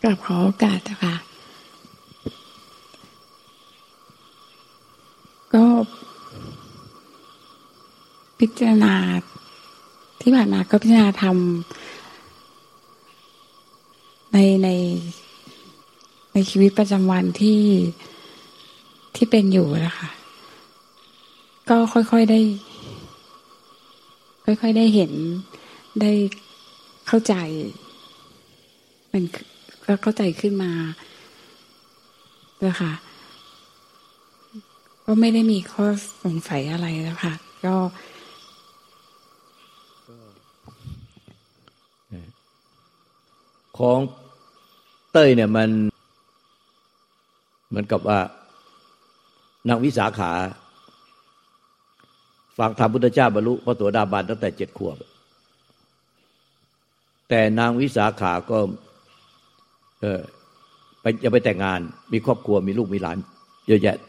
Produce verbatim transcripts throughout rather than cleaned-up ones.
กราบขอโอกาสค่ะก็พิจารณาที่ผ่านมาก็พิจารณาทำในในในชีวิตประจำวันที่ที่เป็นอยู่นะคะก็ค่อยๆได้ค่อยๆได้เห็นได้เข้าใจมันก็เข้าใจขึ้นมานะคะก็ไม่ได้มีข้อสงสัยอะไรแล้วค่ะก็ของเต้ยเนี่ยมันเหมือนกับว่านางวิสาขาฟังธรรมพุทธเจ้าบรรลุพระโสดาบันตั้งแต่เจ็ดขวบแต่นางวิสาขาก็เออไปจะไปแต่งงานมีครอบครัวมีลูกมีหลานเยอะแยะ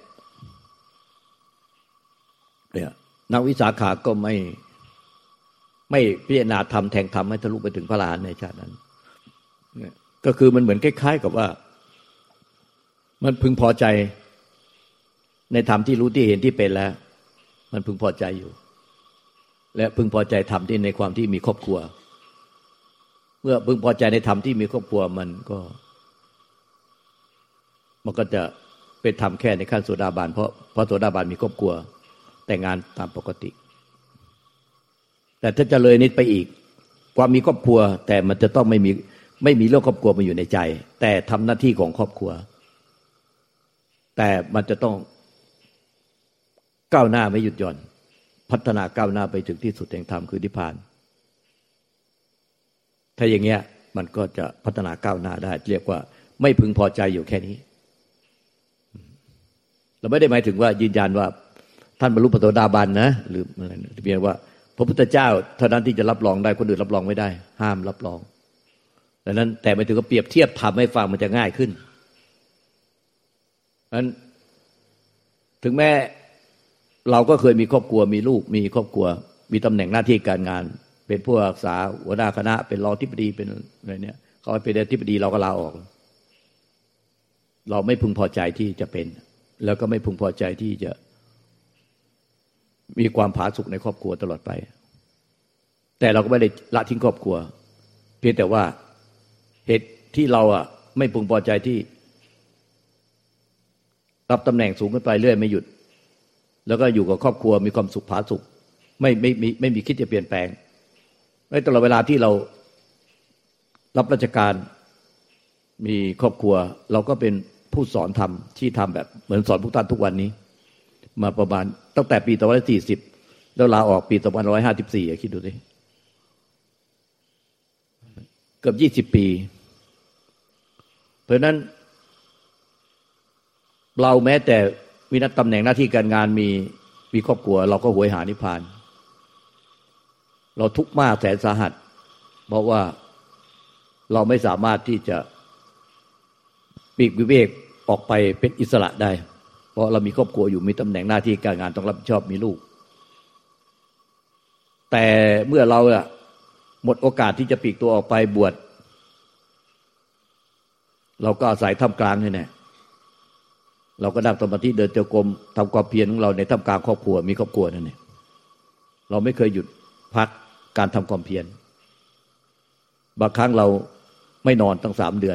เนี่ยนางวิสาขาก็ไม่ไม่พิจารณาธรรมแทงธรรมให้ทะลุไปถึงพระอรหันต์ในชาตินั้นก็คือมันเหมือนคล้ายๆกับว่ามันพึงพอใจในธรรมที่รู้ที่เห็นที่เป็นแล้วมันพึงพอใจอยู่และพึงพอใจธรรมที่ในความที่มีครอบครัวเมื่อพึงพอใจในธรรมที่มีครอบครัวมันก็มันก็จะเป็นธรรมแค่ในขั้นโสดาบันเพราะเพราะโสดาบันมีครอบครัวแต่งงานตามปกติแต่ถ้าจะเลยนิดไปอีกความมีครอบครัวแต่มันจะต้องไม่มีไม่มีเรื่องครอบครัวมาอยู่ในใจแต่ทำหน้าที่ของครอบครัวแต่มันจะต้องก้าวหน้าไม่หยุดหย่อนพัฒนาก้าวหน้าไปถึงที่สุดแห่งธรรมคือนิพพานถ้าอย่างเงี้ยมันก็จะพัฒนาก้าวหน้าได้เรียกว่าไม่พึงพอใจอยู่แค่นี้เราไม่ได้หมายถึงว่ายืนยันว่าท่านบรรลุพระโสดาบันนะหรืออะไรเพียงว่าพระพุทธเจ้าเท่านั้นที่จะรับรองได้คนอื่นรับรองไม่ได้ห้ามรับรองดังนั้นแต่หมายถึงว่าเปรียบเทียบทำให้ฟังมันจะง่ายขึ้นนั้นถึงแม้เราก็เคยมีครอบครัวมีลูกมีครอบครัวมีตำแหน่งหน้าที่การงานเป็นผู้รักษาหัวหน้าคณะเป็นรองอธิบดีเป็นอะไรเนี่ยเขาเป็นอธิบดีเราก็ลาออกเราไม่พึงพอใจที่จะเป็นแล้วก็ไม่พึงพอใจที่จะมีความผาสุกในครอบครัวตลอดไปแต่เราก็ไม่ได้ละทิ้งครอบครัวเพียงแต่ว่าเหตุที่เราอ่ะไม่พึงพอใจที่รับตำแหน่งสูงขึ้นไปเรื่อยไม่หยุดแล้วก็อยู่กับครอบครัวมีความสุขผาสุกไม่ไม่ไม่ไม่มีคิดจะเปลี่ยนแปลงในตลอดเวลาที่เรารับราชการมีครอบครัวเราก็เป็นผู้สอนธรรมที่ทำแบบเหมือนสอนพวกท่านทุกวันนี้มาประมาณตั้งแต่ปีสองพันห้าร้อยสี่สิบแล้วลาออกปีสองพันห้าร้อยห้าสิบสี่คิดดูสิเกือบยี่สิบปีเพราะนั้นเราแม้แต่มีตำแหน่งหน้าที่การงานมีมีครอบครัวเราก็หวยหานิพพานเราทุกข์มากแสนสาหัสเพราะว่าเราไม่สามารถที่จะปลีกวิเวกออกไปเป็นอิสระได้เพราะเรามีครอบครัวอยู่มีตำแหน่งหน้าที่การงานต้องรับผิดชอบมีลูกแต่เมื่อเราอะหมดโอกาสที่จะปลีกตัวออกไปบวชเราก็อาศัยท่ามกลางนี่แหละเราก็นั่งสมาธิเดินจงกรมทำความเพียรของเราในท่ามกลางครอบครัวมีครอบครัวนั่นเองเราไม่เคยหยุดพักการทำความเพียรบางครั้งเราไม่นอนตั้งสามเดือน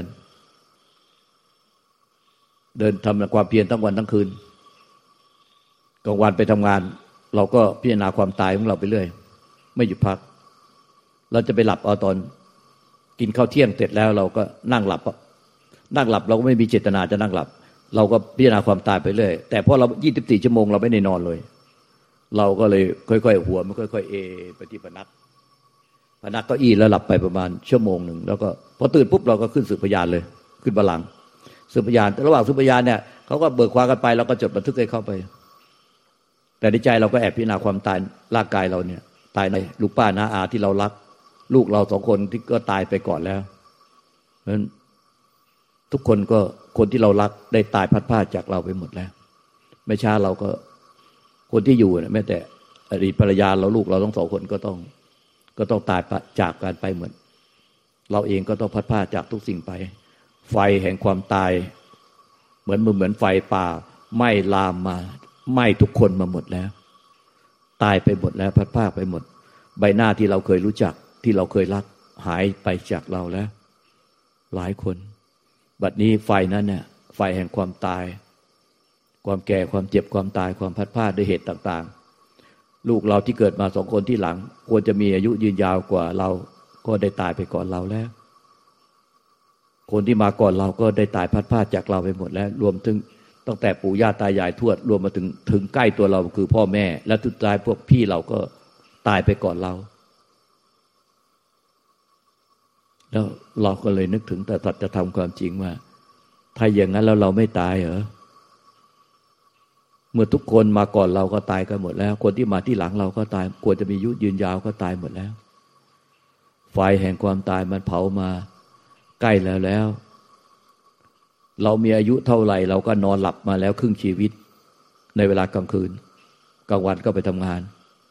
เดินทำความเพียรทั้งวันทั้งคืนกลางวันไปทำงานเราก็พิจารณาความตายของเราไปเรื่อยไม่หยุดพักเราจะไปหลับเอาตอนกินข้าวเที่ยงเสร็จแล้วเราก็นั่งหลับนั่งหลับเราก็ไม่มีเจตนาจะนั่งหลับเราก็พิจารณาความตายไปเรื่อยแต่พอเรายี่สิบสี่ชั่วโมงเราไม่ได้นอนเลยเราก็เลยค่อยๆหัวมันค่อยๆเอไปที่พนักพนักเก้าอี้แล้วหลับไปประมาณชั่วโมงหนึ่งแล้วก็พอตื่นปุ๊บเราก็ขึ้นสืบพยานเลยขึ้นบัลลังก์สืบพยานแต่ระหว่างสืบพยานเนี่ยเขาก็เบิกความกันไปเราก็จดบันทึกให้เข้าไปแต่ในใจเราก็แอบพิจารณาความตายร่างกายเราเนี่ยตายในลูกป้าน้าอาที่เรารักลูกเราสองคนที่ก็ตายไปก่อนแล้วเพราะฉะนั้นทุกคนก็คนที่เรารักได้ตายพัดพรากจากเราไปหมดแล้วไม่ช้าเราก็คนที่อยู่เนี่ยแม้แต่อดีตภรรยาเราลูกเราทั้งสองคนก็ต้องก็ต้องตายจากกันไปเหมือนเราเองก็ต้องพัดพรากจากทุกสิ่งไปไฟแห่งความตายเหมือนเหมือนไฟป่าไหม้ลามมาไหม้ทุกคนมาหมดแล้วตายไปหมดแล้วพัดพรากไปหมดใบหน้าที่เราเคยรู้จักที่เราเคยรักหายไปจากเราแล้วหลายคนบัดนี้ไฟนั้นเนี่ยไฟแห่งความตายความแก่ความเจ็บความตายความพัดพรากด้วยเหตุต่างๆลูกเราที่เกิดมาสองคนที่หลังควรจะมีอายุยืนยาวกว่าเราก็ได้ตายไปก่อนเราแล้วคนที่มาก่อนเราก็ได้ตายพัดพรากจากเราไปหมดแล้วรวมถึงตั้งแต่ปู่ย่าตายายทวดรวมมาถึงถึงใกล้ตัวเราคือพ่อแม่และสุดท้ายพวกพี่เราก็ตายไปก่อนเราแล้วเราก็เลยนึกถึงแต่สัจธรรมความจริงว่าถ้าอย่างนั้นแล้วเราไม่ตายเหรอเมื่อทุกคนมาก่อนเราก็ตายกันหมดแล้วคนที่มาที่หลังเราก็ตายควรจะมีอายุยืนยาวก็ตายหมดแล้วไฟแห่งความตายมันเผามาใกล้แล้วแล้วเรามีอายุเท่าไหร่เราก็นอนหลับมาแล้วครึ่งชีวิตในเวลากลางคืนกลางวันก็ไปทำงาน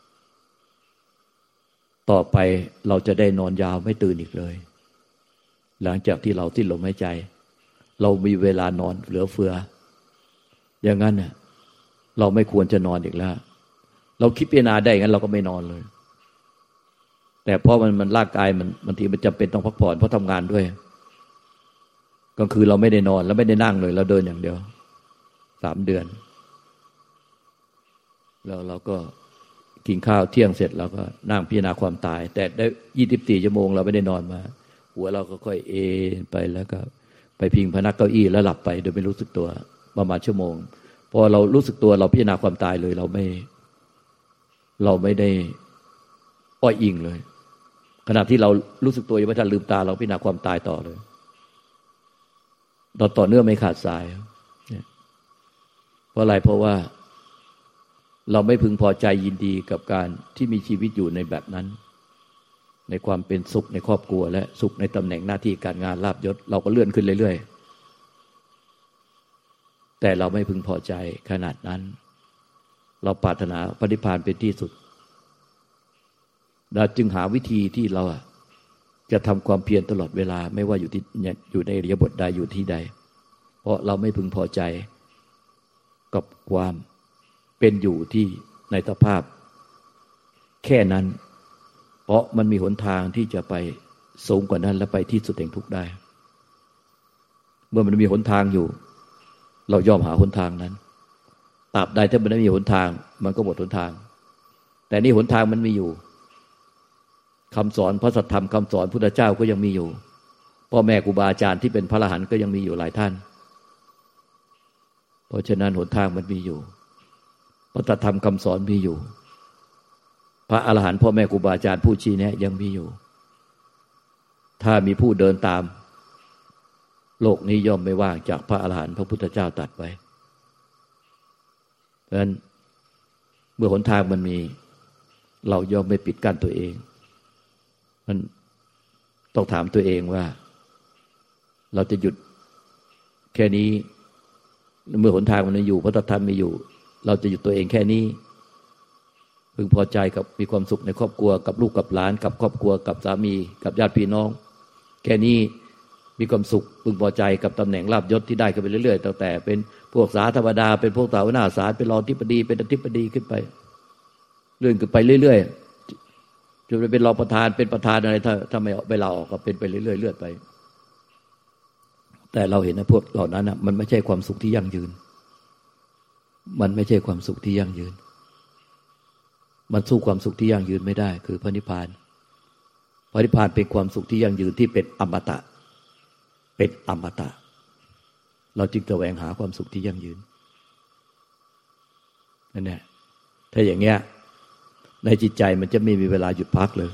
ต่อไปเราจะได้นอนยาวไม่ตื่นอีกเลยหลังจากที่เราสิ้นลมหายใจเรามีเวลานอนเหลือเฟืออย่างนั้นเนี่ยเราไม่ควรจะนอนอีกแล้วเราคิดพิจารณาได้งั้นเราก็ไม่นอนเลยแต่เพราะมันมันร่างกายมันบางทีมันจำเป็นต้องพักผ่อนเพราะทำงานด้วยกลางคืนเราไม่ได้นอนแล้วไม่ได้นั่งเลยเราเดินอย่างเดียวสามเดือนแล้วเราก็กินข้าวเที่ยงเสร็จเราก็นั่งพิจารณาความตายแต่ได้ยี่สิบสี่ชั่วโมงเราไม่ได้นอนมาหัวเราก็ค่อยเอนไปแล้วก็ไปพิงพนักเก้าอี้แล้วหลับไปโดยไม่รู้สึกตัวประมาณชั่วโมงพอเรารู้สึกตัวเราพิจารณาความตายเลยเราไม่เราไม่ได้อ้อยอิงเลยขณะที่เรารู้สึกตัวยังไม่ทันลืมตาเราพิจารณาความตายต่อเลยเราต่อเนื่องไม่ขาดสายเพราะอะไรเพราะว่าเราไม่พึงพอใจยินดีกับการที่มีชีวิตอยู่ในแบบนั้นในความเป็นสุขในครอบครัวและสุขในตำแหน่งหน้าที่การงานลาภยศเราก็เลื่อนขึ้นเรื่อยๆแต่เราไม่พึงพอใจขนาดนั้นเราปรารถนาพระนิพพานเป็นที่สุดเราจึงหาวิธีที่เราจะทำความเพียรตลอดเวลาไม่ว่าอยู่ที่อยู่ในอิริยาบถใดอยู่ที่ใดเพราะเราไม่พึงพอใจกับความเป็นอยู่ที่ในสภาพแค่นั้นเพราะมันมีหนทางที่จะไปสูงกว่านั้นและไปที่สุดแห่งทุกข์ได้เมื่อมันมีหนทางอยู่เรายอมหาหนทางนั้นตราบใดถ้ามันไม่มีหนทางมันก็หมดหนทางแต่นี่หนทางมันมีอยู่คำสอนพระสัทธรรมคำสอนพุทธเจ้าก็ยังมีอยู่พ่อแม่ครูบาอาจารย์ที่เป็นพระอรหันต์ก็ยังมีอยู่หลายท่านเพราะฉะนั้นหนทางมันมีอยู่พระสัทธรรมคำสอนมีอยู่พระอรหันต์พ่อแม่ครูบาอาจารย์ผู้ชี้แนะยังมีอยู่ถ้ามีผู้เดินตามโลกนี้ย่อมไม่ว่างจากพระอรหันต์พระพุทธเจ้าตรัสไว้เพราะฉะนั้นเมื่อหนทางมันมีเราย่อมไม่ปิดกั้นตัวเองมันต้องถามตัวเองว่าเราจะหยุดแค่นี้เมื่อหนทางมันอยู่พระธรรมมีอยู่เราจะหยุดตัวเองแค่นี้พึงพอใจกับมีความสุขในครอบครัวกับลูกกับหลานกับครอบครัวกับสามีกับญาติพี่น้องแค่นี้มีความสุขพึงพอใจกับตำแหน่งลาภยศที่ได้กันไปเรื่อยๆตั้งแต่เป็นพวกสาธรรมดาเป็นพวกสาวหน้าศาลเป็นรองอธิบดีเป็นอธิบดีขึ้นไปเลื่อนขึ้นไปเรื่อยๆจนไปเป็นรองประธานเป็นประธานอะไรถ้าถ้าไม่ไปลาออกก็เป็นไปเรื่อยๆเลื่อนไปแต่เราเห็นนะพวกเหล่านั้นนะมันไม่ใช่ความสุขที่ยั่งยืนมันไม่ใช่ความสุขที่ยั่งยืนมันสู้ความสุขที่ยั่งยืนไม่ได้คือพระนิพพานพระนิพพานเป็นความสุขที่ยั่งยืนที่เป็นอมตะเป็นอมตะเราจึงแสวงหาความสุขที่ยั่งยืนนั่นแหละถ้าอย่างเงี้ยในจิตใจมันจะไม่มีเวลาหยุดพักเลย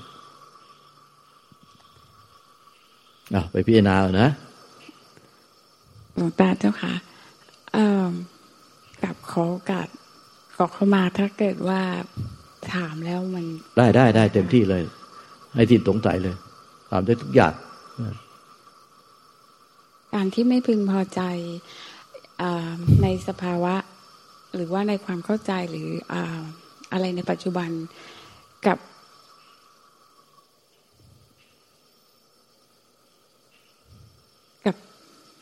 อ่ะไปพิจารณาเอานะหลวงตาเจ้าค่ะเอ่อกับขอโอกาสขอเข้ามาถ้าเกิดว่าถามแล้วมันได้ได้ได้เต็มที่เลยให้ที่สงสัยเลยถามได้ทุกอย่างการที่ไม่พึงพอใจในสภาวะหรือว่าในความเข้าใจหรืออะไรในปัจจุบันกับกับ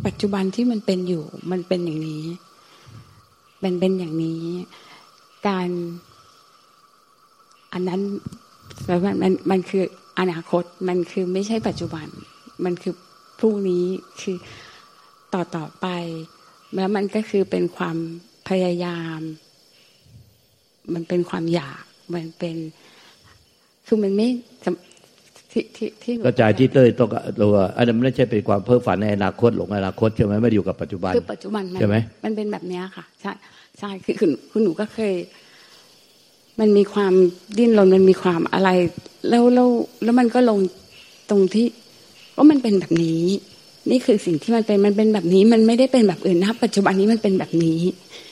ปัจจุบันที่มันเป็นอยู่มันเป็นอย่างนี้เป็นเป็นอย่างนี้การอันนั้นมันมันมันคืออนาคตมันคือไม่ใช่ปัจจุบันมันคือพรุ่งนี้คือต่อต่อไปแล้วมันก็คือเป็นความพยายามมันเป็นความอยากมันเป็นคือมันไม่ที่ที่ที่กระจายที่เต้ยต้องตัวอันนั้นไม่ใช่เป็นความเพ้อฝันในอนาคตหลงอนาคตใช่ไหมไม่ได้อยู่กับปัจจุบันคือปัจจุบันใช่ไหมมันเป็นแบบนี้ค่ะใช่ใช่คือคุณคุณหนูก็เคยมันมีความดิ้นรนมันมีความอะไรแล้วแล้วแล้วมันก็ลงตรงที่ว่ามันเป็นแบบนี้นี่คือสิ่งที่มันเป็นมันเป็นแบบนี้มันไม่ได้เป็นแบบอื่นนะปัจจุบันนี้มันเป็นแบบนี้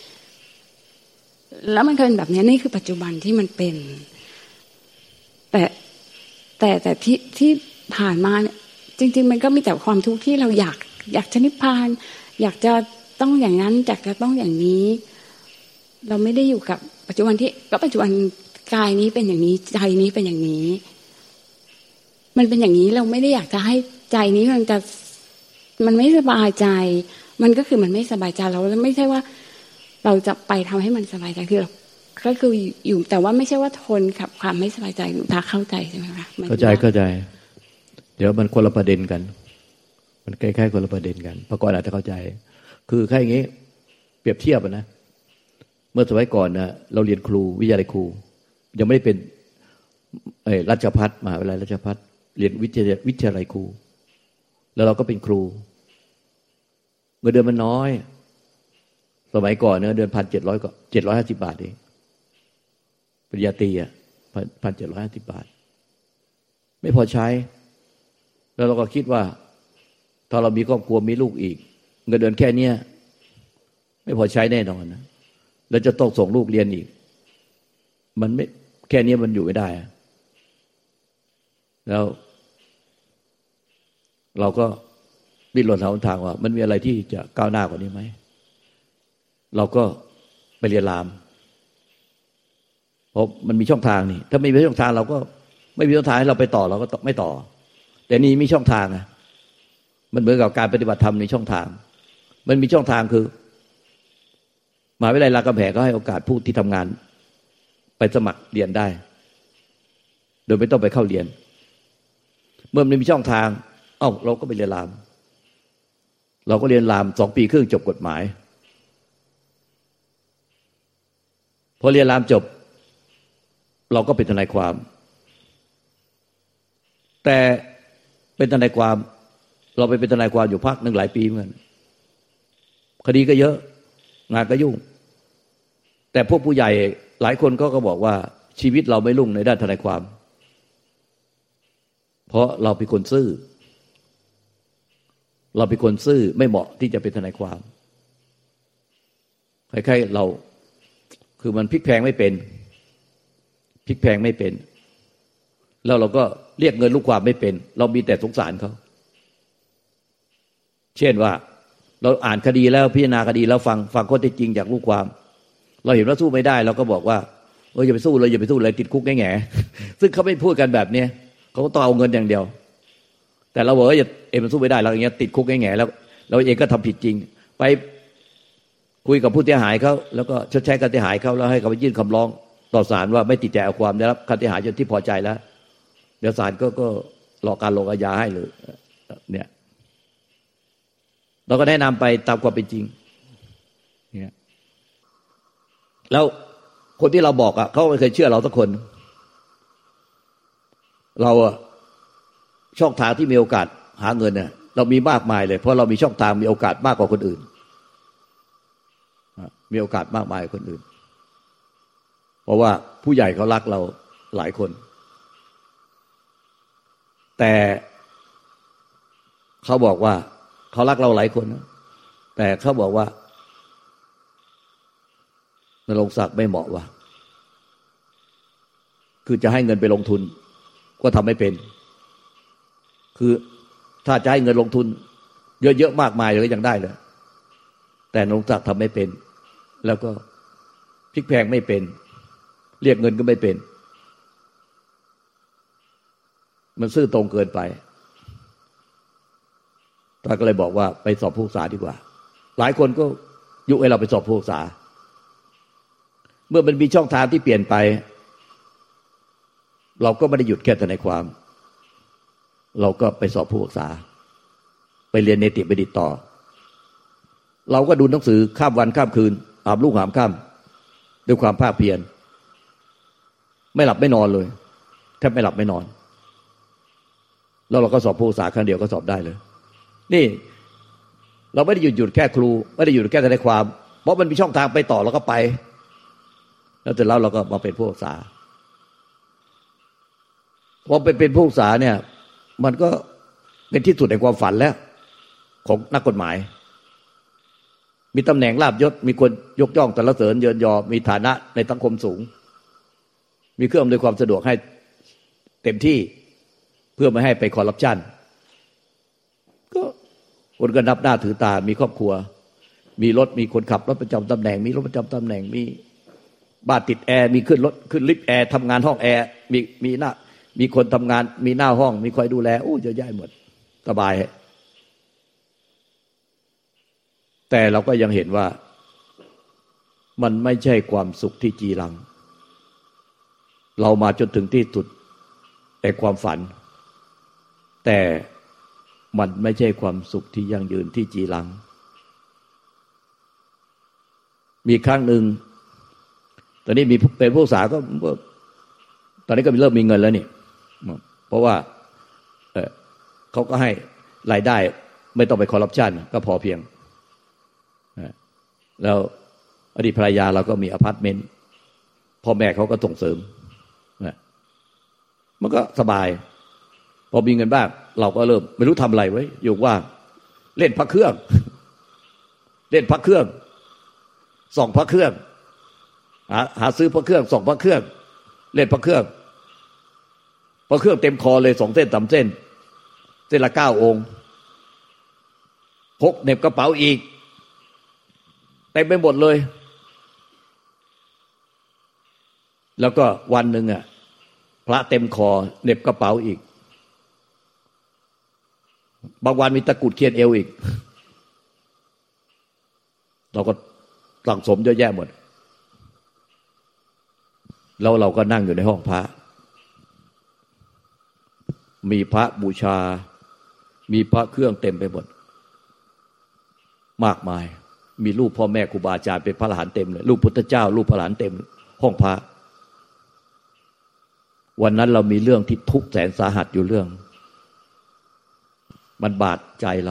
แล้วมันเป็นแบบนี้นี่คือปัจจุบันที่มันเป็นแต่แต่แต่ที่ที่ผ่านมาเนี่ยจริงๆมันก็มีแต่ความทุกข์ที่เราอยากอยากจะนิพพานอยากจะต้องอย่างนั้นอยากจะต้องอย่างนี้เราไม่ได้อยู่กับปัจจุบันที่ก็ปัจจุบันกายนี้เป็นอย่างนี้ใจนี้เป็นอย่างนี้มันเป็นอย่างนี้เราไม่ได้อยากจะให้ใจนี้มันจะมันไม่สบายใจมันก็คือมันไม่สบายใจเราไม่ใช่ว่าเราจะไปทำให้มันสบายใจคือเราก็คืออยู่แต่ว่าไม่ใช่ว่าทนกับความไม่สบายใจอยู่ถ้าเข้าใจใช่ไหมคะเข้าใจเข้าใจเดี๋ยวมันคนละประเด็นกันมันใกล้ๆคนละประเด็นกันพระก่อนอาจจะเข้าใจคือแค่อย่างนี้เปรียบเทียบนะเมื่อสมัยก่อนนะเราเรียนครูวิทยาลัยครูยังไม่ได้เป็นเออราชภัฏมหาวิทยาลัยราชภัฏเรียนวิทยาวิทยาลัยครูแล้วเราก็เป็นครูเงินเดือนมันน้อยสมัยก่อนเงินเดือนพันเจ็ดร้อยก็เจ็ดร้อยห้าสิบบาทเองปริญญาตรีอ่ะพันเจ็ดร้อยห้าสิบบาทไม่พอใช้แล้วเราก็คิดว่าถ้าเรามีครอบครัวมีลูกอีกเงินเดือนแค่เนี้ยไม่พอใช้แน่นอนนะแล้วจะต้องส่งลูกเรียนอีกมันไม่แค่นี้มันอยู่ไม่ได้แล้วเราก็ดิ้นรนหาทางว่ามันมีอะไรที่จะก้าวหน้ากว่านี้ไหมเราก็ไปเรียนรามเพราะมันมีช่องทางนี่ถ้าไม่มีช่องทางเราก็ไม่มีช่องทางให้เราไปต่อเราก็ไม่ต่อแต่นี่มีช่องทางอ่ะมันเหมือนกับการปฏิบัติธรรมในช่องทางมันมีช่องทางคือมหาวิทยาลัยรามคำแหงก็ให้โอกาสผู้ที่ทำงานไปสมัครเรียนได้โดยไม่ต้องไปเข้าเรียนเมื่อมันมีช่องทางเอ้าเราก็ไปเรียนรามเราก็เรียนรามสองปีครึ่งจบกฎหมายพอเรียนรามจบเราก็เป็นทนายความแต่เป็นทนายความเราไปเป็นทนายความอยู่พักหนึ่งหลายปีเหมือนกันคดีก็เยอะงานก็ยุ่งแต่พวกผู้ใหญ่หลายคนก็ก็บอกว่าชีวิตเราไม่รุ่งในด้านทนายความเพราะเราเป็นคนซื่อเราเป็นคนซื่อไม่เหมาะที่จะเป็นทนายความคล้ายๆเราคือมันพลิกแพงไม่เป็นพลิกแพงไม่เป็นแล้วเราก็เรียกเงินลูกความไม่เป็นเรามีแต่สงสารเขาเช่นว่าเราอ่านคดีแล้วพิจารณาคดีแล้วฟังฟังข้อเท็จจริงจากลูกความเราเห็นว่าสู้ไม่ได้เราก็บอกว่าเอออย่าไปสู้เลยอย่าไปสู้เลยติดคุกแง่ๆซึ่งเขาไม่พูดกันแบบนี้เขาก็ต้องเอาเงินอย่างเดียวแต่เราบอกว่าอย่าเอ็มสู้ไม่ได้เราอย่างเงี้ยติดคุกแง่ๆแล้วเราเองก็ทำผิดจริงไปคุยกับผู้เสียหายเขาแล้วก็ชดใช้ค่าเสียหายเขาแล้วให้เขาไปยื่นคำร้องต่อศาลว่าไม่ติดใจเอาความได้รับค่าเสียหายจนที่พอใจแล้วเดี๋ยวศาลก็ก็รอการลงอาญาให้เลยเนี่ยเราก็แนะนำไปตามความเป็นจริงเนี่ยแล้วคนที่เราบอกอ่ะเขาไม่เคยเชื่อเราสักคนเราอ่ะช่องทางที่มีโอกาสหาเงินเนี่ยเรามีมากมายเลยเพราะเรามีช่องทางมีโอกาสมากกว่าคนอื่นมีโอกาสมากมายกว่าคนอื่นเพราะว่าผู้ใหญ่เขารักเราหลายคนแต่เขาบอกว่าเขารักเราหลายคนนะแต่เขาบอกว่านรงค์ศักดิ์ไม่เหมาะว่ะคือจะให้เงินไปลงทุนก็ทำไม่เป็นคือถ้าจะให้เงินลงทุนเยอะๆมากมายเลยก็ยังได้เลยแต่นรงค์ศักดิ์ทำไม่เป็นแล้วก็พลิกแพงไม่เป็นเรียกเงินก็ไม่เป็นมันซื่อตรงเกินไปท่านก็เลยบอกว่าไปสอบผู้ศึกษาดีกว่าหลายคนก็ยุให้เราไปสอบผู้ศึกษาเมื่อมันมีช่องทางที่เปลี่ยนไปเราก็ไม่ได้หยุดแค่ทนายความเราก็ไปสอบผู้ศึกษาไปเรียนเนติบัณฑิตต่อเราก็ดูหนังสือข้ามวันข้ามคืนอาบลูกหามค่ำด้วยความภาคเพียรไม่หลับไม่นอนเลยแทบไม่หลับไม่นอนแล้วเราก็สอบผู้ศึกษาครั้งเดียวก็สอบได้เลยนี่เราไม่ได้หยุดหยุดแค่ครูไม่ได้หยุดแค่ทนายความเพราะมันมีช่องทางไปต่อเราก็ไปแล้วเสร็จแล้วเราก็มาเป็นผู้ศึกษาพอเป็นเป็นผู้ศึกษาเนี่ยมันก็เป็นที่สุดในความฝันแล้วของนักกฎหมายมีตำแหน่งลาภยศมีคนยกย่องสรรเสริญเยินยอมีฐานะในสังคมสูงมีเครื่องอำนวยความสะดวกให้เต็มที่เพื่อไม่ให้ไปคอร์รัปชันก็คนก็นับหน้าถือตามีครอบครัวมีรถมีคนขับรถประจำตำแหน่งมีรถประจำตำแหน่งมีบ้านติดแอร์มีขึ้นรถขึ้นลิฟต์แอร์ทำงานห้องแอร์มีมีหน้ามีคนทำงานมีหน้าห้องมีคอยดูแลโอ้เยอะแยะหมดสบายแต่เราก็ยังเห็นว่ามันไม่ใช่ความสุขที่จีรังเรามาจนถึงที่สุดแต่ความฝันแต่มันไม่ใช่ความสุขที่ยั่งยืนที่จีรังมีครั้งหนึ่งตอนนี้มีเป็นผู้ศึกษาก็ตอนนี้ก็เริ่มมีเงินแล้วนี่เพราะว่าเอ่อเขาก็ให้รายได้ไม่ต้องไปคอร์รัปชันก็พอเพียงแล้วอดีตภรรยาเราก็มีอพาร์ตเมนต์พ่อแม่เขาก็ส่งเสริมมันก็สบายพอมีเงินบ้างเราก็เริ่มไม่รู้ทำอะไรไว้อยู่ว่าเล่นพระเครื่องเล่นพระเครื่องส่องพระเครื่องหาหาซื้อพระเครื่องส่องพระเครื่องเล่นพระเครื่องพระเครื่องเต็มคอเลยสองเส้นสามเส้นเส้นละเก้าองค์พกเหน็บกระเป๋าอีกเต็มไปหมดเลยแล้วก็วันหนึ่งอ่ะพระเต็มคอเหน็บกระเป๋าอีกบางวันมีตะกุดเคียนเอวอีกเราก็สั่งสมเยอะแยะหมดแล้วเราก็นั่งอยู่ในห้องพระมีพระบูชามีพระเครื่องเต็มไปหมดมากมายมีรูปพ่อแม่ครูบาอาจารย์เป็นพระอรหันต์เต็มเลยรูปพุทธเจ้ารูปพระอรหันต์เต็มห้องพระวันนั้นเรามีเรื่องที่ทุกข์แสนสาหัสอยู่เรื่องมันบาดใจเรา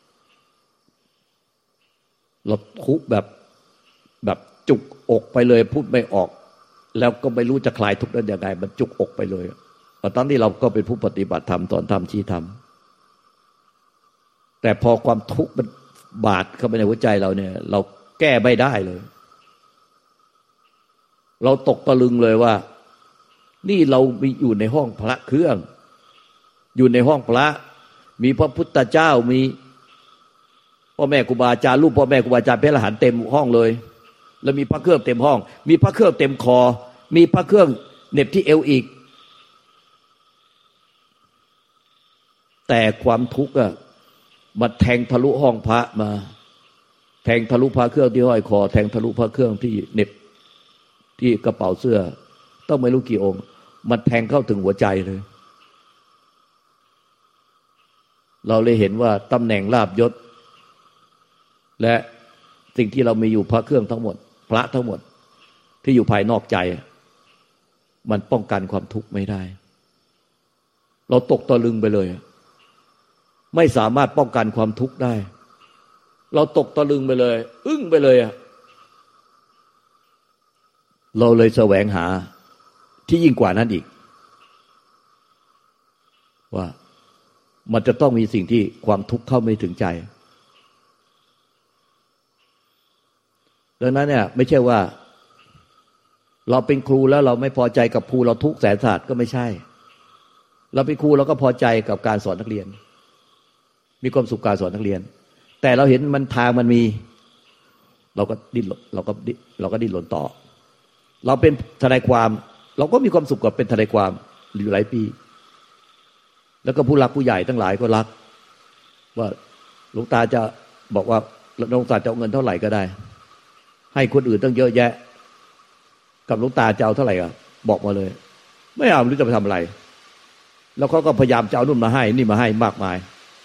เราทุกข์แบบแบบจุกอกไปเลยพูดไม่ออกแล้วก็ไม่รู้จะคลายทุกข์ได้ยังไงมันจุกอกไปเลยตอนนี้เราก็เป็นผู้ปฏิบัติธรรมตอนทำชี้ธรรมแต่พอความทุกข์มันบาดเข้าไปในหัวใจเราเนี่ยเราแก้ไม่ได้เลยเราตกตะลึงเลยว่านี่เรามีอยู่ในห้องพระเครื่องอยู่ในห้องพระมีพระพุทธเจ้ามีพ่อแม่ครูบาอาจารย์รูปพ่อแม่ครูบาอาจารย์พระอรหันต์เต็มห้องเลยแล้วมีพระเครื่องเต็มห้องมีพระเครื่องเต็มคอมีพระเครื่องเหน็บที่เอวอีกแต่ความทุกข์อะมันแทงทะลุห้องพระมาแทงทะลุพระเครื่องที่ห้อยคอแทงทะลุพระเครื่องที่เหน็บที่กระเป๋าเสื้อต้องไม่รู้กี่องค์มันแทงเข้าถึงหัวใจเลยเราเลยเห็นว่าตำแหน่งลาภยศและสิ่งที่เรามีอยู่พระเครื่องทั้งหมดพระทั้งหมดที่อยู่ภายนอกใจมันป้องกันความทุกข์ไม่ได้เราตกตะลึงไปเลยไม่สามารถป้องกันความทุกข์ได้เราตกตะลึงไปเลยอึ้งไปเลยอ่ะเราเลยแสวงหาที่ยิ่งกว่านั้นอีกว่ามันจะต้องมีสิ่งที่ความทุกข์เข้าไม่ถึงใจดังนั้นเนี่ยไม่ใช่ว่าเราเป็นครูแล้วเราไม่พอใจกับครูเราทุกข์แสนสาหัสก็ไม่ใช่เราเป็นครูเราก็พอใจกับการสอนนักเรียนมีความสุขการสอนนักเรียนแต่เราเห็นมันทางมันมีเราก็ดิ้นเราก็เราก็ดิ้นรนต่อเราเป็นทนายความเราก็มีความสุขกับเป็นทนายความอยู่หลายปีแล้วก็ผู้รักผู้ใหญ่ทั้งหลายก็รักว่าหลวงตาจะบอกว่าหลวงตาจะเอาเงินเท่าไหร่ก็ได้ให้คนอื่นตั้งเยอะแยะกับหลวงตาจะเอาเท่าไหร่ก็บอกมาเลยไม่เอาไม่รู้จะไปทำอะไรแล้วเขาก็พยายามจะเอานู่นมาให้นี่มาให้มากมาย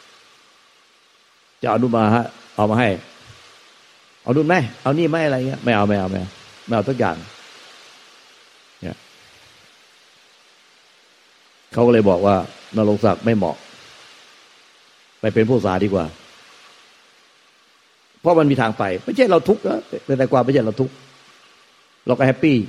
จะเอานู่นมาให้เอามาให้เอานู่นไหมเอานี่ไหมอะไรเงี้ยไม่เอาไม่เอาไม่เอาไม่เอาทุกอย่างเนี่ยเขาก็เลยบอกว่านรงค์ศักดิ์ไม่เหมาะไปเป็นผู้สาดีกว่าเพราะมันมีทางไปไม่ใช่เราทุกข์นะแต่ความไม่ใช่เราทุกข์เราก็แฮปปี้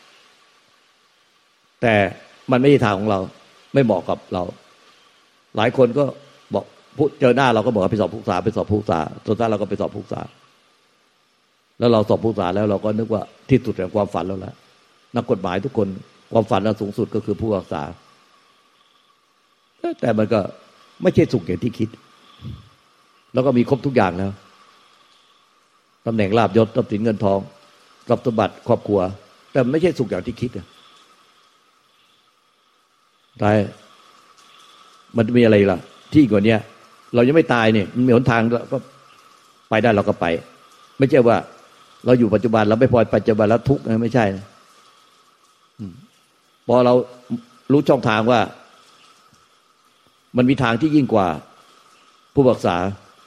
แต่มันไม่ใช่ทางของเราไม่เหมาะกับเราหลายคนก็บอกพูดเจอหน้าเราก็บอกไปสอบผู้สาไปสอบผู้สาสุดท้ายเราก็ไปสอบผู้สาแล้วเราสอบผู้สาแล้วเราก็นึกว่าที่สุดแห่งความฝันแล้วแหละนักกฎหมายทุกคนความฝันอันสูงสุดก็คือผู้พิพากษาแต่มันก็ไม่ใช่สุขอย่างที่คิดแล้วก็มีครบทุกอย่างแล้วตำแหน่งลาภยศทรัพย์สินเงินทองทรัพย์สมบัติครอบครัวแต่ไม่ใช่สุขอย่างที่คิดอะตายมันมีอะไรล่ะที่กว่านี้เรายังไม่ตายเนี่ยมันมีหนทางก็ไปได้เราก็ไปไม่ใช่ว่าเราอยู่ปัจจุบันเราไม่พอปัจจุบันแล้วทุกข์ไม่ใช่พอเรารู้ช่องทางว่ามันมีทางที่ยิ่งกว่าผู้พิพากษา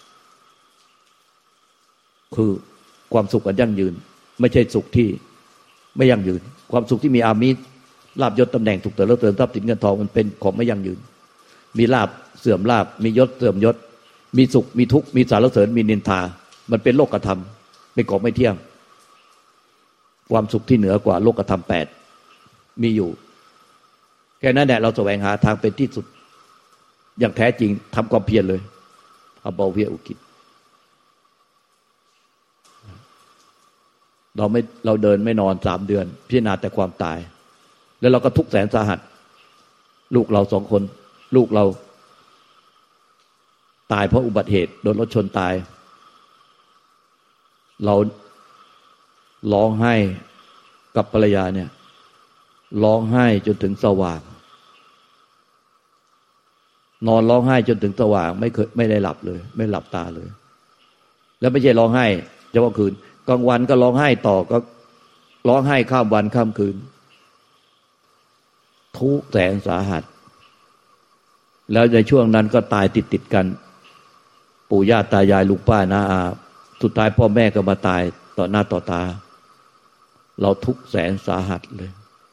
คือความสุขอันยั่งยืนไม่ใช่สุขที่ไม่ยั่งยืนความสุขที่มีอามิตรลาภยศตำแหน่งถูกเติมแล้วเติมทรัพย์สินเงินทองมันเป็นของไม่ยั่งยืนมีลาภเสื่อมลาภมียศเสื่อมยศมีสุขมีทุกข์มีสรรเสริญมีนินทามันเป็นโลกธรรมเป็นของไม่เที่ยงความสุขที่เหนือกว่าโลกธรรมแปดมีอยู่แค่นั้นแหละเราแสวงหาทางเป็นที่สุดอย่างแท้จริงทำความเพียรเลยเอาเบาเพียรอุกิจเราไม่เราเดินไม่นอนสามเดือนพิจารณาแต่ความตายแล้วเราก็ทุกข์แสนสาหัสลูกเราสองคนลูกเราตายเพราะอุบัติเหตุโดนรถชนตายเราร้องไห้กับภรรยาเนี่ยร้องไห้จนถึงสว่างนอนร้องไห้จนถึงสว่างไม่เคยไม่ได้หลับเลยไม่หลับตาเลยแล้วไม่ใช่ร้องไห้เฉพาะคืนกลางวันก็ร้องไห้ต่อก็ร้องไห้ข้ามวันข้ามคืนทุกข์แสนสาหัสแล้วในช่วงนั้นก็ตายติดติดกันปู่ย่าตายายลุงป้าน้าอาสุดท้ายพ่อแม่ก็มาตายต่อหน้าต่อตาเราทุกข์แสนสาหัสเลย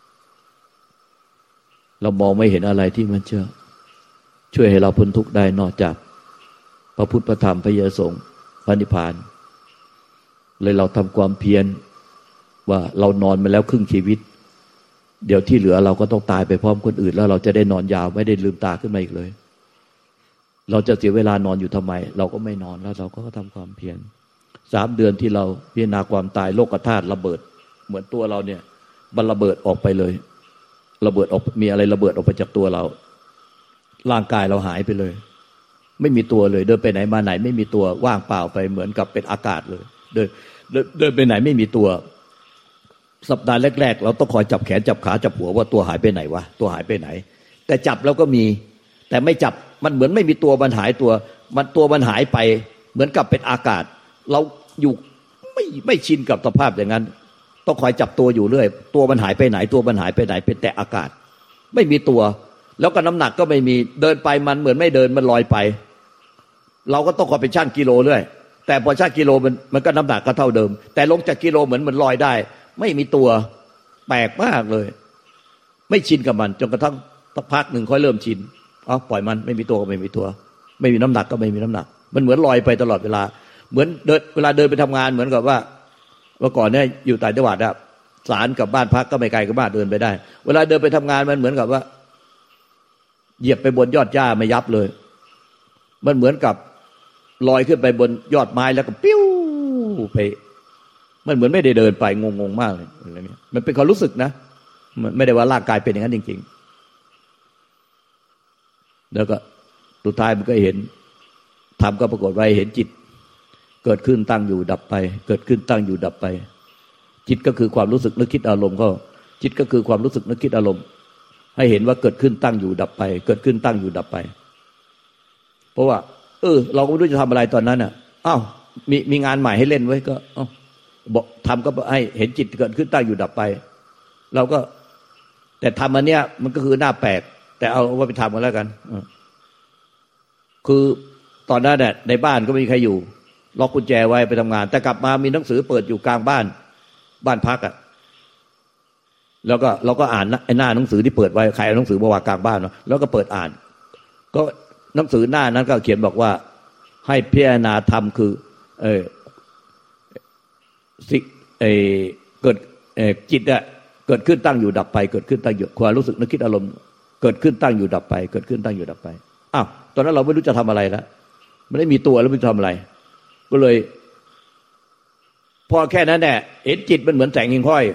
เรามองไม่เห็นอะไรที่มันจะช่วยให้เราพ้นทุกข์ได้นอกจากพระพุทธพระธรรมพระสงฆ์พระนิพพานเลยเราทำความเพียรว่าเรานอนมาแล้วครึ่งชีวิตเดี๋ยวที่เหลือเราก็ต้องตายไปพร้อมคนอื่นแล้วเราจะได้นอนยาวไม่ได้ลืมตาขึ้นมาอีกเลยเราจะเสียเวลานอนอยู่ทำไมเราก็ไม่นอนแล้วเราก็ทำความเพียรสามเดือนที่เราพิจารณาความตายโลกธาตุระเบิดเหมือนตัวเราเนี่ยมันระเบิดออกไปเลยระเบิดออกมีอะไรระเบิดออกไปจากตัวเราร่างกายเราหายไปเลยไม่มีตัวเลยเดินไปไหนมาไหนไม่มีตัวว่างเปล่าไปเหมือนกับเป็นอากาศเลยเดินเดินเดินไปไหนไม่มีตัวสัปดาห์แรกๆเราต้องคอยจับแขนจับขาจับหัวว่าตัวหายไปไหนวะตัวหายไปไหนแต่จับแล้วก็มีแต่ไม่จับมันเหมือนไม่มีตัวมันหายตัวมันตัวมันหายไปเหมือนกับเป็นอากาศเราอยู่ไม่ไม่ชินกับสภาพอย่างนั้นต้องคอยจับตัวอยู่เรื่อยตัวมันหายไปไหนตัวมันหายไปไหนเป็นแต่อากาศไม่มีตัวแล้วก็น้ำหนักก็ไม่มีเดินไปมันเหมือนไม่เดินมันลอยไปเราก็ต้องคอยไปชั่งกิโลเรื่อยแต่พอชั่งกิโลมันมันก็น้ำหนักก็เท่าเดิมแต่ลงจากกิโลเหมือนมันลอยได้ไม่มีตัวแปลกมากเลยไม่ชินกับมันจนกระทั่งสักพักหนึ่งค่อยเริ่มชินเอาปล่อยมันไม่มีตัวก็ไม่มีตัวไม่มีน้ำหนักก็ไม่มีน้ำหนักมันเหมือนลอยไปตลอดเวลาเหมือนเดินเวลาเดินไปทำงานเหมือนกับว่าเมื่อก่อนเนี่ยอยู่ต่างจังหวัดอะศาลกับบ้านพักก็ไม่ไกลกับบ้านเดินไปได้เวลาเดินไปทำงานมันเหมือนกับว่าเหยียบไปบนยอดหญ้าไม่ยับเลยมันเหมือนกับลอยขึ้นไปบนยอดไม้แล้วก็ปิ้วไปมันเหมือนไม่ได้เดินไปงงๆมากเลยอะไรเงี้ยมันเป็นความรู้สึกนะมันไม่ได้ว่าร่างกายเป็นอย่างนั้นจริงๆแล้วก็สุดท้ายมันก็เห็นธรรมก็ปรากฏไว้เห็นจิตเกิดขึ้นตั้งอยู่ดับไปเกิดขึ้นตั้งอยู่ดับไปจิตก็คือความรู้สึกนึกคิดอารมณ์ก็จิตก็คือความรู้สึกนึกคิดอารมณ์ให้เห็นว่าเกิดขึ้นตั้งอยู่ดับไปเกิดขึ้นตั้งอยู่ดับไปเพราะว่าเออเราก็ไม่รู้จะทำอะไรตอนนั้นอ่ะอ้าวมีมีงานใหม่ให้เล่นไว้ก็อ้าวบอกทำก็ให้เห็นจิตเกิดขึ้นตั้งอยู่ดับไปเราก็แต่ทำอันเนี้ยมันก็คือหน้าแปลกแต่เอาว่าไปทำกันแล้วกันคือตอนนั้นเนี่ยในบ้านก็ไม่มีใครอยู่ล็อกกุญแจไว้ไปทำงานแต่กลับมามีหนังสือเปิดอยู่กลางบ้านบ้านพักอ่ะแล้วก็เราก็อ่านไอ้หน้าหนังสือที่เปิดไว้ใครเอาหนังสือมาวางกลางบ้านเนาะแล้วก็เปิดอ่านก็หนังสือหน้านั้นก็เขียนบอกว่าให้พิจารณาธรรมคือเออสิเออเกิดเออจิตอะเกิดขึ้นตั้งอยู่ดับไปเกิดขึ้นตั้งอยู่ความรู้สึกนึกคิดอารมณ์เกิดขึ้นตั้งอยู่ดับไปเกิดขึ้นตั้งอยู่ดับไปอ้าวตอนนั้นเราไม่รู้จะทำอะไรแล้วไม่ได้มีตัวแล้วไม่รู้จะทำอะไรก็เลยพอแค่นั้นแหละเห็นจิตมันเหมือนแสงหิ่งห้อย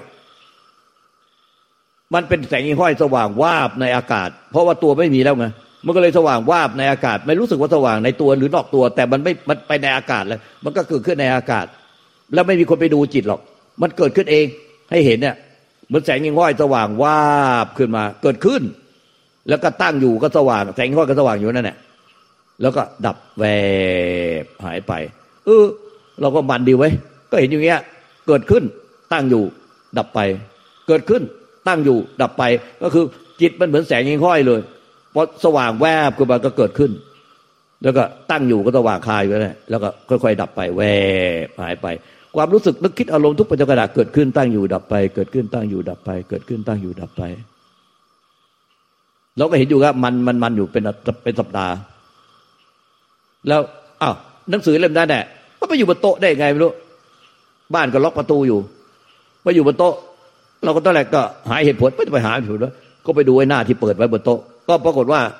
มันเป็นแสงหิ่งห้อยสว่างวาบในอากาศเพราะว่าตัวไม่มีแล้วไงมันก็เลยสว่างวาบในอากาศไม่รู้สึกว่าสว่างในตัวหรือนอกตัวแต่มันไม่มันไปในอากาศเลยมันก็เกิดขึ้นในอากาศแล้วไม่มีคนไปดูจิตหรอกมันเกิดขึ้นเองให้เห็นเนี่ยเหมือนแสงหิ่งห้อยสว่างวาบขึ้นมาเกิดขึ้นแล้วก็ตั้งอยู่ก็สว่างแสงหิ่งห้อยก็สว่างอยู่นั่นแหละแล้วก็ดับแวบหายไปเออเราก็มันดีไว้ก็เห็นอย่างเงี้ยเกิดขึ้นตั้งอยู่ดับไปเกิดขึ้นตั้งอยู่ดับไปก็คือจิตมันเหมือนแสงหิ่งห้อยเลยพอสว่างแวบขึ้นมาก็เกิดขึ้นแล้วก็ตั้งอยู่ก็สว่างคาอยู่นั่นแหละแล้วก็ค่อยๆดับไปแวบหายไปความรู้สึกนึกคิดอารมณ์ทุกปัจจุบันเกิดขึ้นตั้งอยู่ดับไปเกิดขึ้นตั้งอยู่ดับไปเกิดขึ้นตั้งอยู่ดับไปเราก็เห็นอยู่ว่ามันมันมันอยู่เป็นเป็นสัปดาห์แล้วอ้าวหนังสือเล่มนั้นแหละมันไปอยู่บนโต๊ะได้ไงไม่รู้บ้านก็ล็อกประตูอยู่ไปอยู่บนโต๊ะเราก็ตอนแรกก็หาเหตุผลไม่จะไปหาเหตุผลว่าก็ไปดูไอ้หน้าที่เปิดไว้บนโต๊ะก็ปรากฏว่า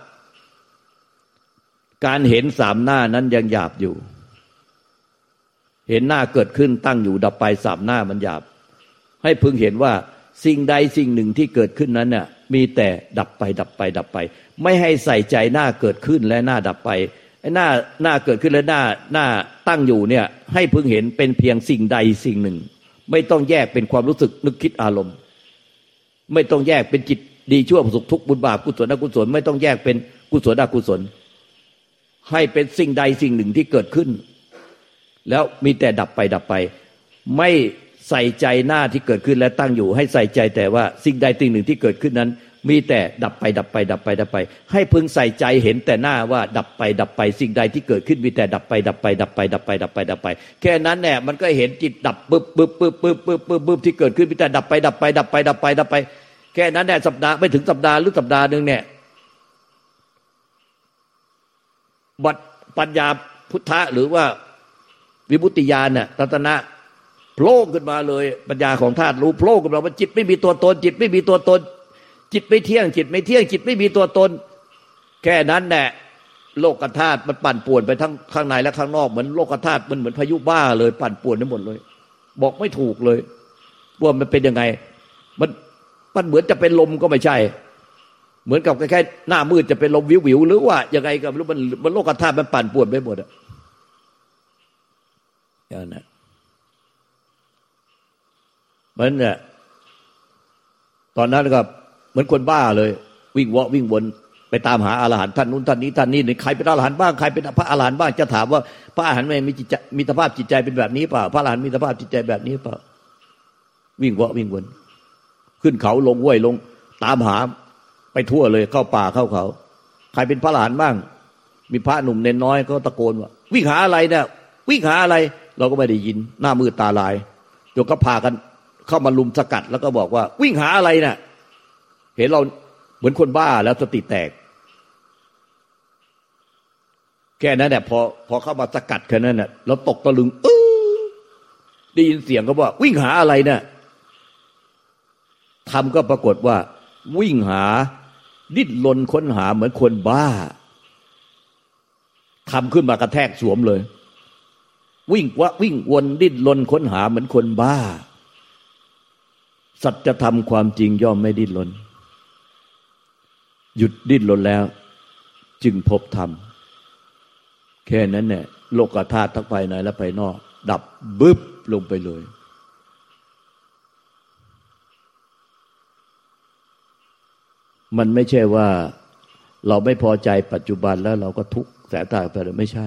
การเห็นสามหน้านั้นยังหยาบอยู่เห็นหน้าเกิดขึ้นตั้งอยู่ดับไปสามหน้ามันหยาบให้พึงเห็นว่าสิ่งใดสิ่งหนึ่งที่เกิดขึ้นนั้นน่ะมีแต่ดับไปดับไปดับไปไม่ให้ใส่ใจหน้าเกิดขึ้นและหน้าดับไปไอ้หน้าหน้าเกิดขึ้นและหน้าหน้าตั้งอยู่เนี่ยให้พึงเห็นเป็นเพียงสิ่งใดสิ่งหนึ่งไม่ต้องแยกเป็นความรู้สึกนึกคิดอารมณ์ไม่ต้องแยกเป็นจิตดีชั่วสุขทุกข์บุญบาปกุศลอกุศลไม่ต้องแยกเป็นกุศลอกุศลให้เป็นสิ่งใดสิ่งหนึ่งที่เกิดขึ้นแล้วมีแต่ดับไปดับไปไม่ใส่ใจหน้าที่เกิดขึ้นและตั้งอยู่ให้ใส่ใจแต่ว่าสิ่งใดสิ่งหนึ่งที่เกิดขึ้นนั้นมีแต่ดับไปดับไปดับไปดับไปให้พึงใส่ใจเห็นแต่หน้าว่าดับไปดับไปสิ่งใดที่เกิดขึ้นมีแต่ดับไปดับไปดับไปดับไปดับไปดับไปแค่นั้นแหละมันก็เห็นจิตดับปึ๊บปึ๊บปึ๊บปึ๊บปึ๊บปึ๊บปึ๊บที่เกิดขึ้นมีแต่ดับไปดับไปดับไปดับไปดับไปแค่นั้นแหละสัปดาห์ไม่ถึงสัปดาห์หรือสัปดาห์นึงเนี่ยบัดปัญญาพุทธะหรือว่าวิมุตติญาณน่ะรัตนะโผล่ขึ้นมาเลยปัญญาของธาตุรู้โผล่ขึ้นมาว่าจิตไม่มีตัวตนจิตไม่มีตัวตนจิตไม่เที่ยงจิตไม่เที่ยงจิตไม่มีตัวตนแค่นั้นแหละโลกธาตุมันปั่นป่วนไปทั้งข้างในและข้างนอกเหมือนโลกธาตุมันเหมือนพายุบ้าเลยปั่นป่วนไปหมดเลยบอกไม่ถูกเลยว่ามันเป็นยังไงมันมันเหมือนจะเป็นลมก็ไม่ใช่เหมือนกับแค่หน้ามืดจะเป็นลมวิวๆหรือว่ายังไงก็ไม่รู้มันมันโลกธาตุมันปั่นป่วนไปหมดอะอย่างนั้นมันเนี่ยตอนนั้นก็เหมือนคนบ้าเลยวิ่งวะวิ่งวนไปตามหาอรหันต์ท่านนู้นท่านนี้ท่านนี้ใครเป็นอรหันต์บ้างใครเป็นพระอรหันต์บ้างจะถามว่าพระอรหันต์มีจิตใจมีสภาพจิตใจเป็นแบบนี้เปล่าพระอรหันต์มีสภาพจิตใจแบบนี้เปล่าวิ่งวะวิ่งวนขึ้นเขาลงห้วยลงตามหาไปทั่วเลยเข้าป่าเข้าเขาใครเป็นพระอรหันต์บ้างมีพระหนุ่มเนนน้อยเขาตะโกนว่าวิ่งหาอะไรเนี่ยวิ่งหาอะไรเราก็ไม่ได้ยินหน้ามืดตาลายจนก็พากันเข้ามาลุมสกัดแล้วก็บอกว่าวิ่งหาอะไรเนี่ยเห็นเราเหมือนคนบ้าแล้วสติแตกแค่นั้นแหละพอพอเข้ามาสกัดแค่นั้นน่ะเราตกตะลึงเออได้ยินเสียงเขาบอกวิ่งหาอะไรเนี่ยทำก็ปรากฏว่าวิ่งหาดิ้นรนค้นหาเหมือนคนบ้าทำขึ้นมากระแทกสวมเลยวิ่งวะวิ่งวนดิ้นรนค้นหาเหมือนคนบ้าสัจธรรมความจริงย่อมไม่ดิ้นรนหยุดดิ้นรนแล้วจึงพบธรรมแค่นั้นเนี่ยโลกธาตุทั้งภายในและภายนอกดับบึ๊บลงไปเลยมันไม่ใช่ว่าเราไม่พอใจปัจจุบันแล้วเราก็ทุกข์แสนตายไปเลยไม่ใช่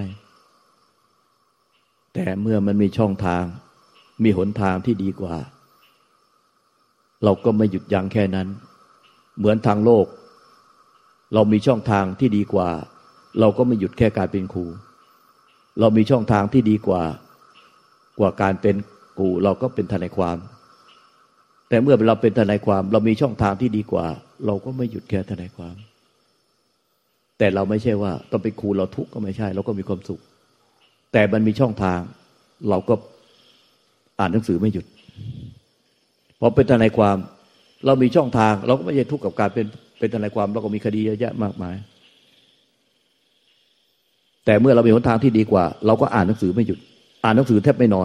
แต่เมื่อมันมีช่องทางมีหนทางที่ดีกว่าเราก็ไม่หยุดยั้งแค่นั้นเหมือนทางโลกเรามีช่องทางที่ดีกว่าเราก็ไม่หยุดแค่การเป็นครูเรามีช่องทางที่ดีกว่ากว่าการเป็นครูเราก็เป็นทนายความแต่เมื่อเราเป็นทนายความเรามีช่องทางที่ดีกว่าเราก็ไม่หยุดแค่ทนายความแต่เราไม่ใช่ว่าต้องเป็นครูเราทุกข์ก็ไม่ใช่เราก็มีความสุขแต่มันมีช่องทางเราก็อ่านหนังสือไม่หยุดพอเป็นทนายความเรามีช่องทางเราก็ไม่ใช่ทุกข์กับการเป็นเป็นทนายความเราก็มีคดีเยอะแยะมากมายแต่เมื่อเรามีหนทางที่ดีกว่าเราก็อ่านหนังสือไม่หยุดอ่านหนังสือแทบไม่นอน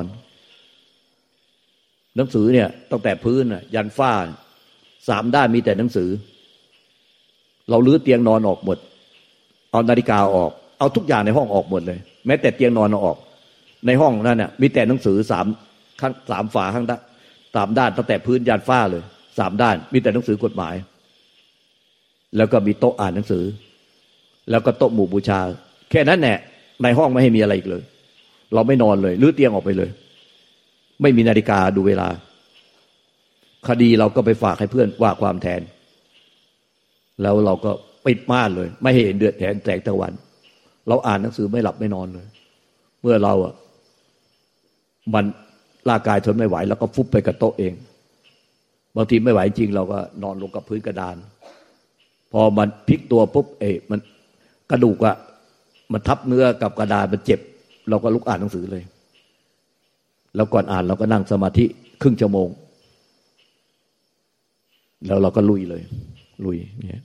หนังสือเนี่ยตั้งแต่พื้นยันฝ้าสามด้านมีแต่หนังสือเราลื้อเตียงนอนออกหมดเอานาฬิกาออกเอาทุกอย่างในห้องออกหมดเลยแม้แต่เตียงนอนเอาออกในห้องนั่นเนี่ยมีแต่หนังสือสามข้างสามฝาข้างด้านสามด้านตั้งแต่พื้นยันฝ้าเลยสามด้านมีแต่หนังสือกฎหมายแล้วก็มีโต๊ะอ่านหนังสือแล้วก็โต๊ะหมู่บูชาแค่นั้นแหละในห้องไม่ให้มีอะไรอีกเลยเราไม่นอนเลยลื้อเตียงออกไปเลยไม่มีนาฬิกาดูเวลาคดีเราก็ไปฝากให้เพื่อนว่าความแทนแล้วเราก็ปิดม่านเลยไม่ให้เห็นเดือดแสงแสงตะวันเราอ่านหนังสือไม่หลับไม่นอนเลยเมื่อเราอ่ะมันร่างกายทนไม่ไหวแล้วก็ฟุบไปกับโต๊ะเองบางทีไม่ไหวจริงเราก็นอนลงกับพื้นกระดานพอมันพลิกตัวปุ๊บเอ๊ะมันกระดูกอะมันทับเนื้อกับกระดานมันเจ็บเราก็ลุกอ่านหนังสือเลยแล้วก่อนอ่านเราก็นั่งสมาธิครึ่งชั่วโมงแล้วเราก็ลุยเลยลุยเนี่ย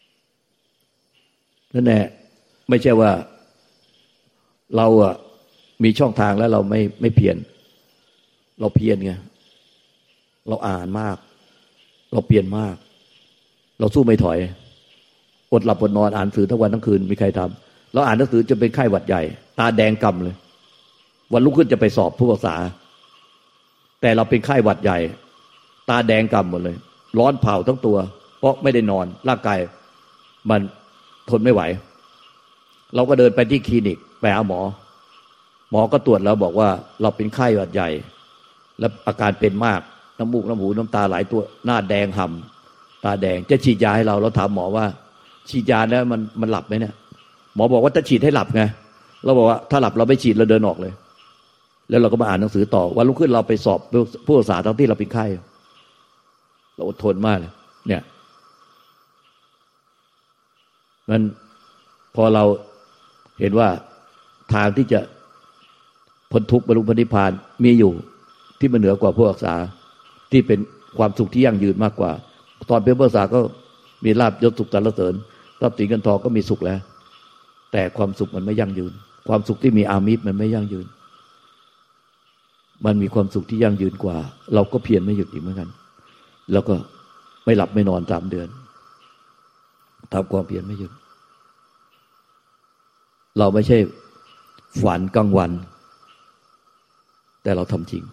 นั่นแหละไม่ใช่ว่าเราอะมีช่องทางแล้วเราไม่ไม่เพียรเราเพียรไงเราอ่านมากเราเพียรมากเราสู้ไม่ถอยอดหลับอดนอนอ่านหนังสือทั้งวันทั้งคืนมีใครทำเราอ่านหนังสือจนเป็นไข้หวัดใหญ่ตาแดงกำเลยวันรุ่งขึ้นจะไปสอบผู้ภาษาแต่เราเป็นไข้หวัดใหญ่ตาแดงกำหมดเลยร้อนเผาทั้งตัวเพราะไม่ได้นอนร่างกายมันทนไม่ไหวเราก็เดินไปที่คลินิกไปหาหมอหมอก็ตรวจแล้วบอกว่าเราเป็นไข้หวัดใหญ่และอาการเป็นมากน้ำมูกน้ำหูน้ำตาไหลตัวหน้าแดงห่ำตาแดงจะฉีดยาให้เราเราถามหมอว่าฉีดยาแล้วมันมันหลับไหมเนี่ยหมอบอกว่าจะฉีดให้หลับไงเราบอกว่าถ้าหลับเราไม่ฉีดเราเดินออกเลยแล้วเราก็มาอ่านหนังสือต่อวันรุ่งขึ้นเราไปสอบผู้ภาษาทั้งที่เราเป็นไข้เราอดทนมากเลยเนี่ยมันพอเราเห็นว่าทางที่จะพ้นทุกข์บรรลุพระนิพพานมีอยู่ที่มันเหนือกว่าผู้ภาษาที่เป็นความสุขที่ยั่งยืนมากกว่าตอนเป็นผู้ภาษาก็มีลาภยศสุขสรรเสริญทรัพย์สินเงินทองก็มีสุขแล้วแต่ความสุขมันไม่ยั่งยืนความสุขที่มีอามิตรมันไม่ยั่งยืนมันมีความสุขที่ยั่งยืนกว่าเราก็เพียรไม่หยุดอีกเหมือนกันแล้วก็ไม่หลับไม่นอนสามเดือนทำความเพียรไม่หยุดเราไม่ใช่ฝันกลางวันแต่เราทำจริง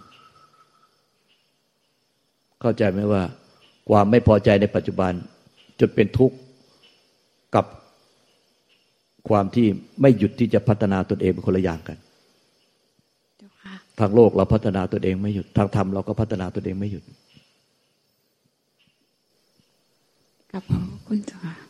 เข้าใจไหมว่าความไม่พอใจในปัจจุบันจนเป็นทุกข์กับความที่ไม่หยุดที่จะพัฒนาตนเองเป็นคนละอย่างกันทางโลกเราพัฒนาตนเองไม่หยุดทางธรรมเราก็พัฒนาตนเองไม่หยุดขอบคุณเจ้าค่ะ